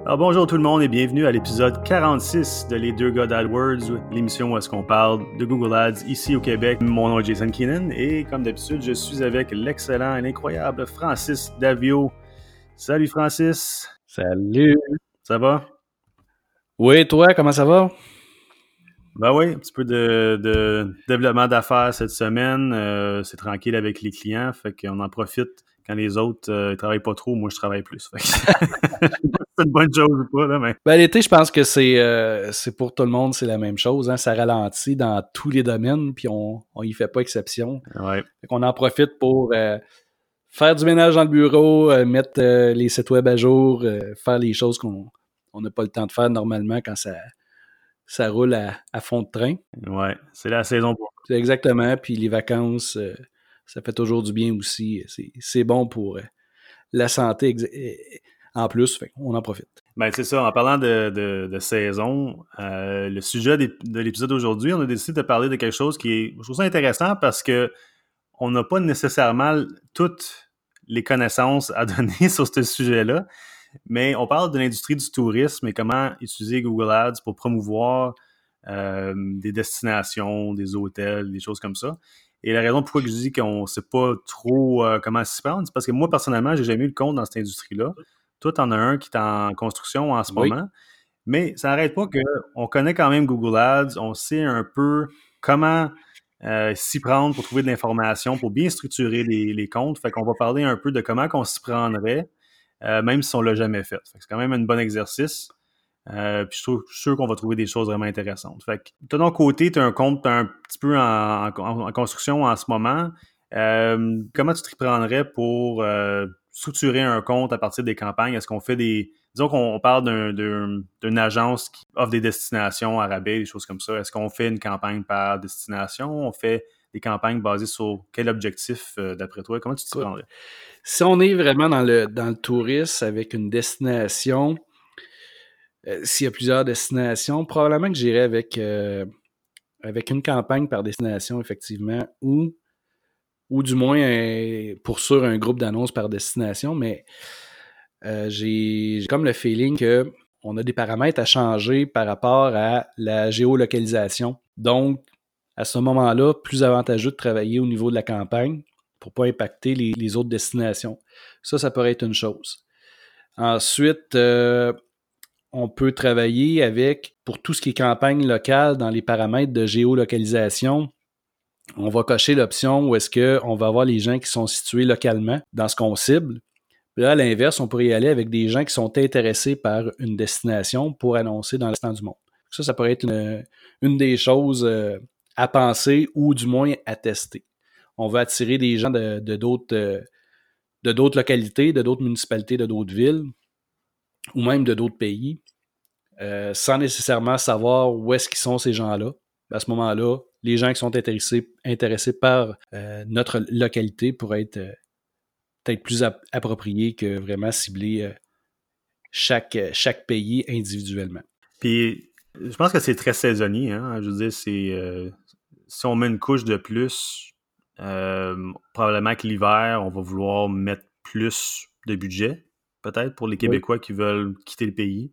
Alors bonjour tout le monde et bienvenue à l'épisode 46 de Les Deux gars d'AdWords, l'émission où est-ce qu'on parle de Google Ads ici au Québec. Mon nom est Jason Keenan et comme d'habitude, je suis avec l'excellent et l'incroyable Francis Davio. Salut Francis! Salut! Ça va? Oui, toi, comment ça va? Ben oui, un petit peu de développement d'affaires cette semaine. C'est tranquille avec les clients, fait qu'on en profite quand les autres ils travaillent pas trop, moi je travaille plus. Fait que c'est une bonne chose ou pas, là, mais... Ben, l'été, je pense que c'est pour tout le monde, c'est la même chose. Hein? Ça ralentit dans tous les domaines, puis on y fait pas exception. Ouais. Fait qu'on en profite pour faire du ménage dans le bureau, mettre les sites web à jour, faire les choses qu'on n'a pas le temps de faire normalement quand ça roule à fond de train. Ouais, c'est la saison pour... C'est exactement. Puis les vacances, ça fait toujours du bien aussi. C'est bon pour la santé en plus. Fait qu'on en profite. Ben, c'est ça. En parlant de saison, le sujet de l'épisode d'aujourd'hui, on a décidé de parler de quelque chose qui est, je trouve ça intéressant parce que on n'a pas nécessairement toutes les connaissances à donner sur ce sujet-là, mais on parle de l'industrie du tourisme et comment utiliser Google Ads pour promouvoir des destinations, des hôtels, des choses comme ça. Et la raison pourquoi je dis qu'on ne sait pas trop comment s'y prendre, c'est parce que moi, personnellement, j'ai jamais eu le compte dans cette industrie-là. Toi, tu en as un qui est en construction en ce moment. Mais ça n'arrête pas qu'on connaît quand même Google Ads, on sait un peu comment s'y prendre pour trouver de l'information, pour bien structurer les comptes. Fait qu'on va parler un peu de comment on s'y prendrait, même si on ne l'a jamais fait. Fait que c'est quand même un bon exercice. Puis je suis sûr qu'on va trouver des choses vraiment intéressantes. Fait que de ton côté, tu as un compte un petit peu en construction en ce moment. Comment tu t'y prendrais pour structurer un compte à partir des campagnes? Est-ce qu'on fait des... Disons qu'on parle d'une agence qui offre des destinations à rabais, des choses comme ça. Est-ce qu'on fait une campagne par destination? On fait des campagnes basées sur quel objectif, d'après toi? Comment tu t'y prendrais? Si on est vraiment dans le tourisme avec une destination, s'il y a plusieurs destinations, probablement que j'irais avec une campagne par destination, effectivement, ou du moins pour sûr un groupe d'annonces par destination, mais j'ai comme le feeling qu'on a des paramètres à changer par rapport à la géolocalisation. Donc, à ce moment-là, plus avantageux de travailler au niveau de la campagne pour ne pas impacter les autres destinations. Ça pourrait être une chose. Ensuite, on peut travailler avec, pour tout ce qui est campagne locale, dans les paramètres de géolocalisation, on va cocher l'option où est-ce qu'on va avoir les gens qui sont situés localement dans ce qu'on cible. Puis là, à l'inverse, on pourrait y aller avec des gens qui sont intéressés par une destination pour annoncer dans l'instant du monde. Ça pourrait être une des choses à penser ou du moins à tester. On va attirer des gens de d'autres localités, de d'autres municipalités, de d'autres villes ou même de d'autres pays sans nécessairement savoir où est-ce qu'ils sont ces gens-là. À ce moment-là, les gens qui sont intéressés par notre localité pourraient être peut-être plus appropriés que vraiment cibler chaque pays individuellement. Puis, je pense que c'est très saisonnier. Hein? Je veux dire, si on met une couche de plus, probablement que l'hiver, on va vouloir mettre plus de budget, peut-être, pour les Québécois qui veulent quitter le pays.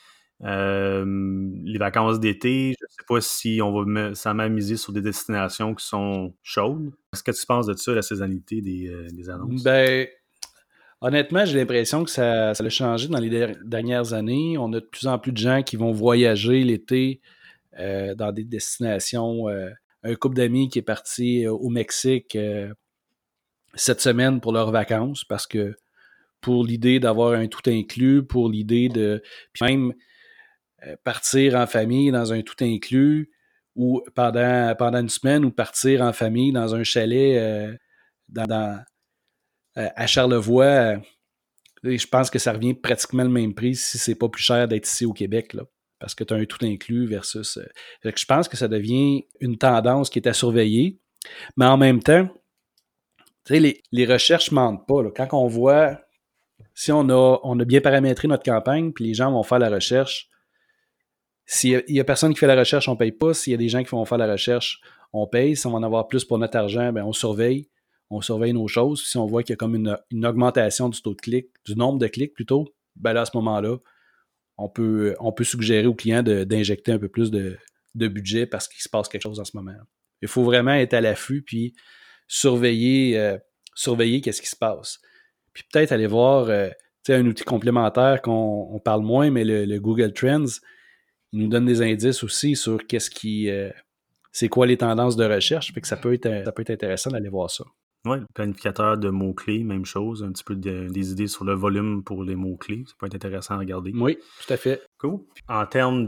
Les vacances d'été, je ne sais pas si on va s'amuser sur des destinations qui sont chaudes. Qu'est-ce que tu penses de ça, la saisonnalité des annonces? Ben, honnêtement, j'ai l'impression que ça a changé dans les dernières années. On a de plus en plus de gens qui vont voyager l'été dans des destinations. Un couple d'amis qui est parti au Mexique cette semaine pour leurs vacances parce que pour l'idée d'avoir un tout inclus, pour l'idée de puis même partir en famille dans un tout inclus ou pendant une semaine ou partir en famille dans un chalet à Charlevoix. Je pense que ça revient pratiquement le même prix si c'est pas plus cher d'être ici au Québec, là, parce que tu as un tout inclus versus... je pense que ça devient une tendance qui est à surveiller, mais en même temps, les recherches mentent pas. Là. Quand on voit, si on a bien paramétré notre campagne, puis les gens vont faire la recherche, s'il y a personne qui fait la recherche, on paye pas. S'il y a des gens qui vont faire la recherche, on paye. Si on va en avoir plus pour notre argent, ben on surveille nos choses. Si on voit qu'il y a comme une augmentation du taux de clic, du nombre de clics plutôt, ben là, à ce moment-là, on peut suggérer au client d'injecter un peu plus de budget parce qu'il se passe quelque chose en ce moment. Il faut vraiment être à l'affût puis surveiller qu'est-ce qui se passe. Puis peut-être aller voir un outil complémentaire qu'on parle moins, mais le Google Trends, il nous donne des indices aussi sur c'est quoi les tendances de recherche. Fait que ça peut être intéressant d'aller voir ça. Oui, planificateur de mots-clés, même chose. Un petit peu des idées sur le volume pour les mots-clés. Ça peut être intéressant à regarder. Oui, tout à fait. Cool. En termes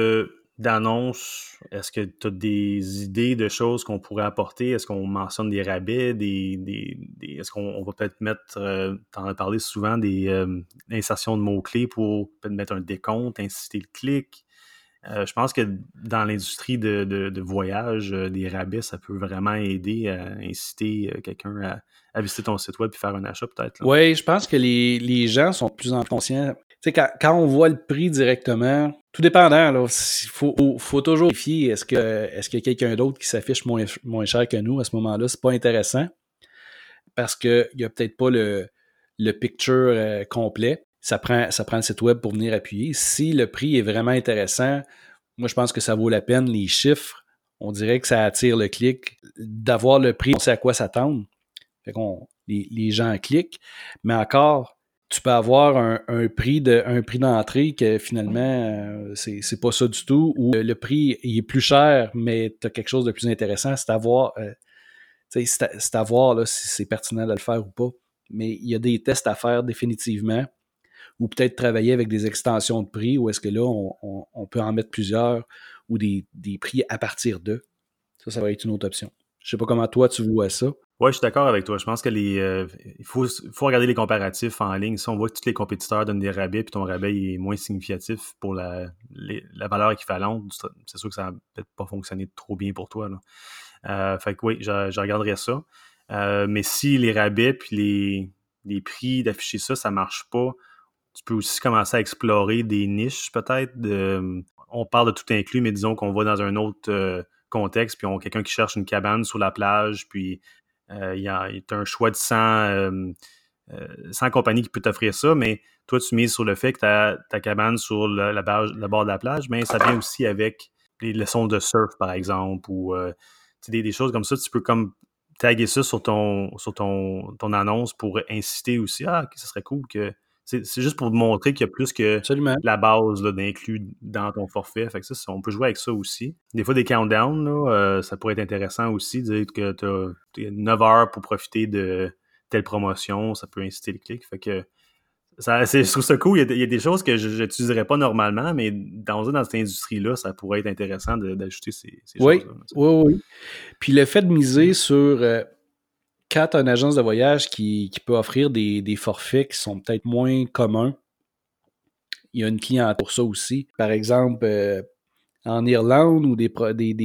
d'annonces, est-ce que tu as des idées de choses qu'on pourrait apporter? Est-ce qu'on mentionne des rabais? Est-ce qu'on va peut-être mettre, t'en as parlé souvent, des insertions de mots-clés pour peut-être mettre un décompte, inciter le clic? Je pense que dans l'industrie de voyage, des rabais, ça peut vraiment aider à inciter quelqu'un à visiter ton site web et faire un achat peut-être. Oui, je pense que les gens sont de plus en plus conscients. Tu sais, quand on voit le prix directement, tout dépendant, il faut toujours vérifier est-ce qu'il y a quelqu'un d'autre qui s'affiche moins cher que nous à ce moment-là. C'est pas intéressant parce qu'il n'y a peut-être pas le picture complet. Ça prend le site web pour venir appuyer. Si le prix est vraiment intéressant, moi, je pense que ça vaut la peine. Les chiffres, on dirait que ça attire le clic. D'avoir le prix, on sait à quoi s'attendre. Fait qu'on, les gens cliquent. Mais encore, tu peux avoir un prix d'entrée que finalement, c'est pas ça du tout. Ou le prix il est plus cher, mais tu as quelque chose de plus intéressant. C'est à voir, c'est à voir là, si c'est pertinent de le faire ou pas. Mais il y a des tests à faire définitivement. Ou peut-être travailler avec des extensions de prix, où est-ce que là, on peut en mettre plusieurs, ou des prix à partir d'eux. Ça va être une autre option. Je sais pas comment toi, tu vois ça. Oui, je suis d'accord avec toi. Je pense que il faut regarder les comparatifs en ligne. Si on voit que tous les compétiteurs donnent des rabais, puis ton rabais est moins significatif pour la valeur équivalente, c'est sûr que ça va peut-être pas fonctionner trop bien pour toi, là. Fait que oui, je regarderai ça. Mais si les rabais puis les prix d'afficher ça, ça marche pas, tu peux aussi commencer à explorer des niches peut-être. On parle de tout inclus, mais disons qu'on va dans un autre contexte, puis on a quelqu'un qui cherche une cabane sur la plage, puis il y a un choix de 100 compagnies qui peut t'offrir ça, mais toi, tu mises sur le fait que ta cabane sur le bord de la plage, mais ça vient aussi avec les leçons de surf, par exemple, ou des choses comme ça. Tu peux comme taguer ça sur ton annonce pour inciter aussi. Ah, ok, ça serait cool que... C'est juste pour te montrer qu'il y a plus que Absolument. la base là, d'inclus dans ton forfait. Fait que ça, on peut jouer avec ça aussi. Des fois, des countdowns, là, ça pourrait être intéressant aussi. Dire que tu as 9 heures pour profiter de telle promotion. Ça peut inciter le clic. Fait que je trouve ça cool. Il y a des choses que je n'utiliserais pas normalement, mais dans cette industrie-là, ça pourrait être intéressant d'ajouter ces oui, choses-là. oui. Puis le fait de miser sur... quand tu as une agence de voyage qui peut offrir des forfaits qui sont peut-être moins communs, il y a une clientèle pour ça aussi. Par exemple, en Irlande ou des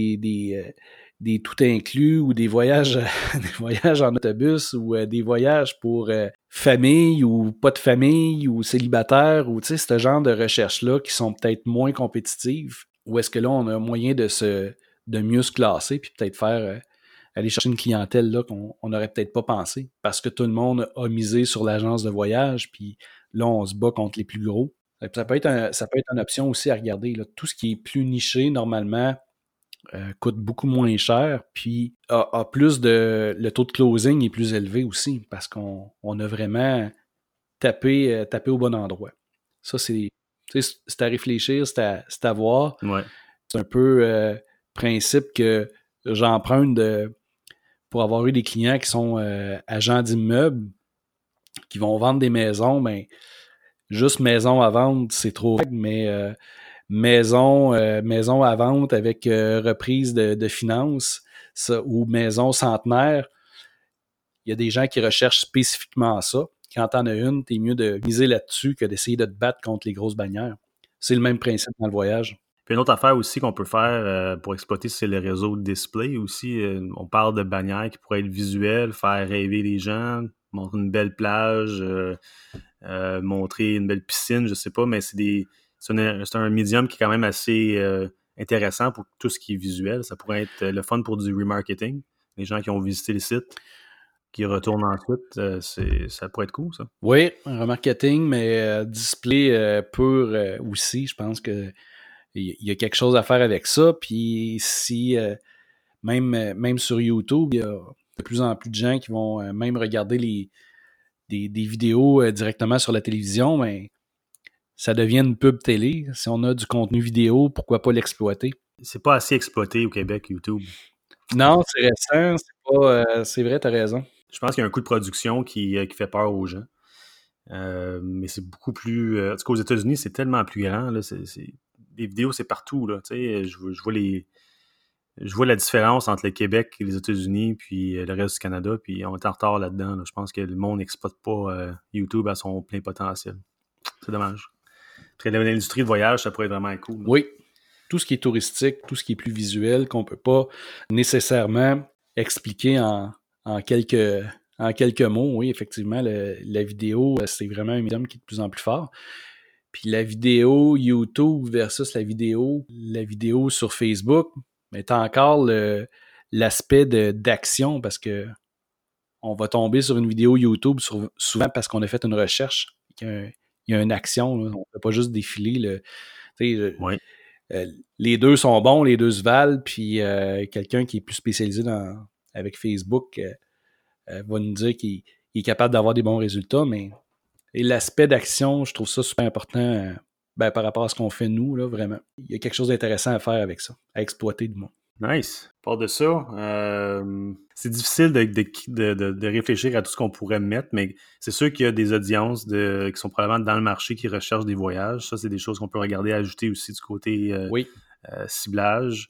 tout inclus ou des voyages, des voyages en autobus ou des voyages pour famille ou pas de famille ou célibataire ou ce genre de recherches-là qui sont peut-être moins compétitives. Ou est-ce que là, on a moyen de mieux se classer puis peut-être faire aller chercher une clientèle là qu'on n'aurait peut-être pas pensé parce que tout le monde a misé sur l'agence de voyage puis là, on se bat contre les plus gros. Ça peut être une option aussi à regarder. Là. Tout ce qui est plus niché, normalement, coûte beaucoup moins cher, puis a plus le taux de closing est plus élevé aussi, parce qu'on a vraiment tapé au bon endroit. Ça, c'est à réfléchir, c'est à voir. Ouais. C'est un peu principe que j'emprunte pour avoir eu des clients qui sont agents d'immeubles, qui vont vendre des maisons, mais juste maison à vendre, c'est trop vague, mais maison à vente avec reprise de finances ou maison centenaire, il y a des gens qui recherchent spécifiquement ça. Quand t'en as une, t'es mieux de miser là-dessus que d'essayer de te battre contre les grosses bannières. C'est le même principe dans le voyage. Puis une autre affaire aussi qu'on peut faire pour exploiter, c'est le réseau de display aussi. On parle de bannières qui pourraient être visuelles, faire rêver les gens, montrer une belle plage, montrer une belle piscine, je sais pas, mais c'est un médium qui est quand même assez intéressant pour tout ce qui est visuel. Ça pourrait être le fun pour du remarketing, les gens qui ont visité le site. qui retourne ensuite, ça pourrait être cool, ça. Oui, un remarketing, mais display pur aussi. Je pense que il y a quelque chose à faire avec ça. Puis si même sur YouTube, il y a de plus en plus de gens qui vont même regarder des vidéos directement sur la télévision, mais ça devient une pub télé. Si on a du contenu vidéo, pourquoi pas l'exploiter? C'est pas assez exploité au Québec, YouTube. Non, c'est récent, c'est vrai, t'as raison. Je pense qu'il y a un coût de production qui fait peur aux gens. Mais c'est beaucoup plus... en tout cas, aux États-Unis, c'est tellement plus grand. Là, les vidéos, c'est partout. Là, je vois la différence entre le Québec et les États-Unis, puis le reste du Canada, puis on est en retard là-dedans. Là. Je pense que le monde n'exploite pas YouTube à son plein potentiel. C'est dommage. Parce que l'industrie de voyage, ça pourrait être vraiment cool. Là. Oui. Tout ce qui est touristique, tout ce qui est plus visuel, qu'on ne peut pas nécessairement expliquer en quelques mots. Oui, effectivement, la vidéo, c'est vraiment un médium qui est de plus en plus fort. Puis la vidéo YouTube versus la vidéo sur Facebook, mais t'as encore l'aspect d'action parce que on va tomber sur une vidéo YouTube souvent parce qu'on a fait une recherche. Il y a une action. Là. On ne peut pas juste défiler. Oui. Les deux sont bons, les deux se valent, puis quelqu'un qui est plus spécialisé avec Facebook va nous dire qu'il est capable d'avoir des bons résultats, mais l'aspect d'action, je trouve ça super important par rapport à ce qu'on fait nous, là, vraiment. Il y a quelque chose d'intéressant à faire avec ça, à exploiter du monde. Nice. Par de ça, c'est difficile de réfléchir à tout ce qu'on pourrait mettre, mais c'est sûr qu'il y a des audiences qui sont probablement dans le marché qui recherchent des voyages. Ça, c'est des choses qu'on peut regarder, ajouter aussi du côté ciblage.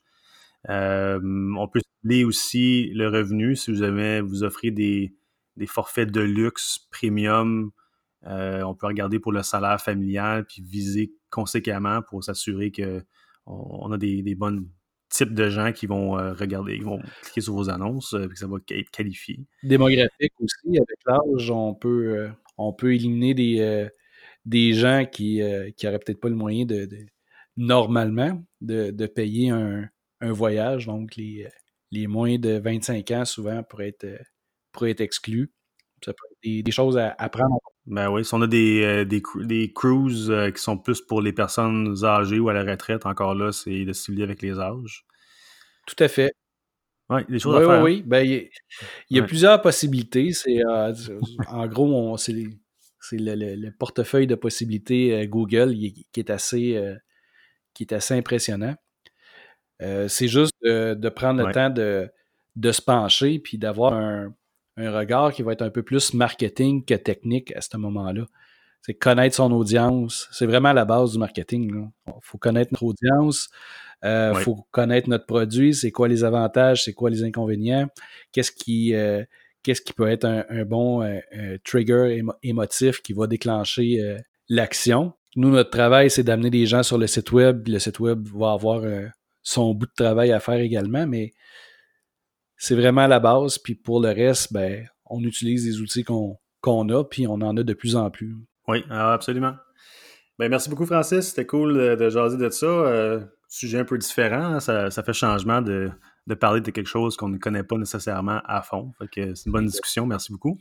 On peut cibler aussi le revenu si vous offrez des forfaits de luxe, premium. On peut regarder pour le salaire familial puis viser conséquemment pour s'assurer qu'on a des bonnes types de gens qui vont regarder, qui vont cliquer sur vos annonces, que ça va être qualifié. Démographique aussi, avec l'âge, on peut éliminer des gens qui n'auraient peut-être pas le moyen normalement de payer un voyage. Donc, les moins de 25 ans, souvent, pourraient être exclus. Ça peut être des choses à prendre en compte. Ben oui, si on a des cruises qui sont plus pour les personnes âgées ou à la retraite, encore là, c'est de cibler avec les âges. Tout à fait. Oui, des choses à faire. Oui. Ben, il y a plusieurs possibilités. En gros, c'est le portefeuille de possibilités Google qui est assez impressionnant. C'est juste de prendre le temps de se pencher puis d'avoir un regard qui va être un peu plus marketing que technique à ce moment-là. C'est connaître son audience. C'est vraiment la base du marketing. Il faut connaître notre audience. Faut connaître notre produit. C'est quoi les avantages? C'est quoi les inconvénients? Qu'est-ce qui peut être un bon trigger émotif qui va déclencher l'action? Nous, notre travail, c'est d'amener des gens sur le site web. Le site web va avoir son bout de travail à faire également, mais c'est vraiment la base. Puis pour le reste, ben, on utilise les outils qu'on a, puis on en a de plus en plus. Oui, absolument. Ben, merci beaucoup, Francis. C'était cool de jaser de ça. Sujet un peu différent. Hein? Ça fait changement de parler de quelque chose qu'on ne connaît pas nécessairement à fond. Fait que c'est une bonne discussion. Merci beaucoup.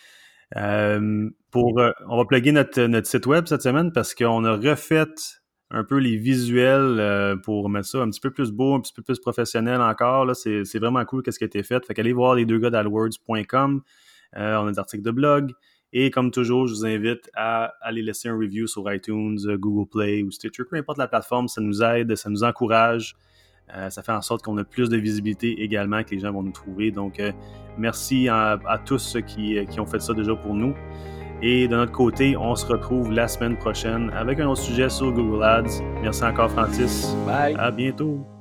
On va plugger notre site web cette semaine parce qu'on a refait un peu les visuels pour mettre ça un petit peu plus beau, un petit peu plus professionnel encore. Là, c'est vraiment cool ce qui a été fait. Fait qu'allez voir lesdeuxgars.adwords.com. On a des articles de blog. Et comme toujours, je vous invite à aller laisser un review sur iTunes, Google Play ou Stitcher. Peu importe la plateforme, ça nous aide, ça nous encourage. Ça fait en sorte qu'on a plus de visibilité également, que les gens vont nous trouver. Donc, merci à tous ceux qui ont fait ça déjà pour nous. Et de notre côté, on se retrouve la semaine prochaine avec un autre sujet sur Google Ads. Merci encore, Francis. Bye. À bientôt.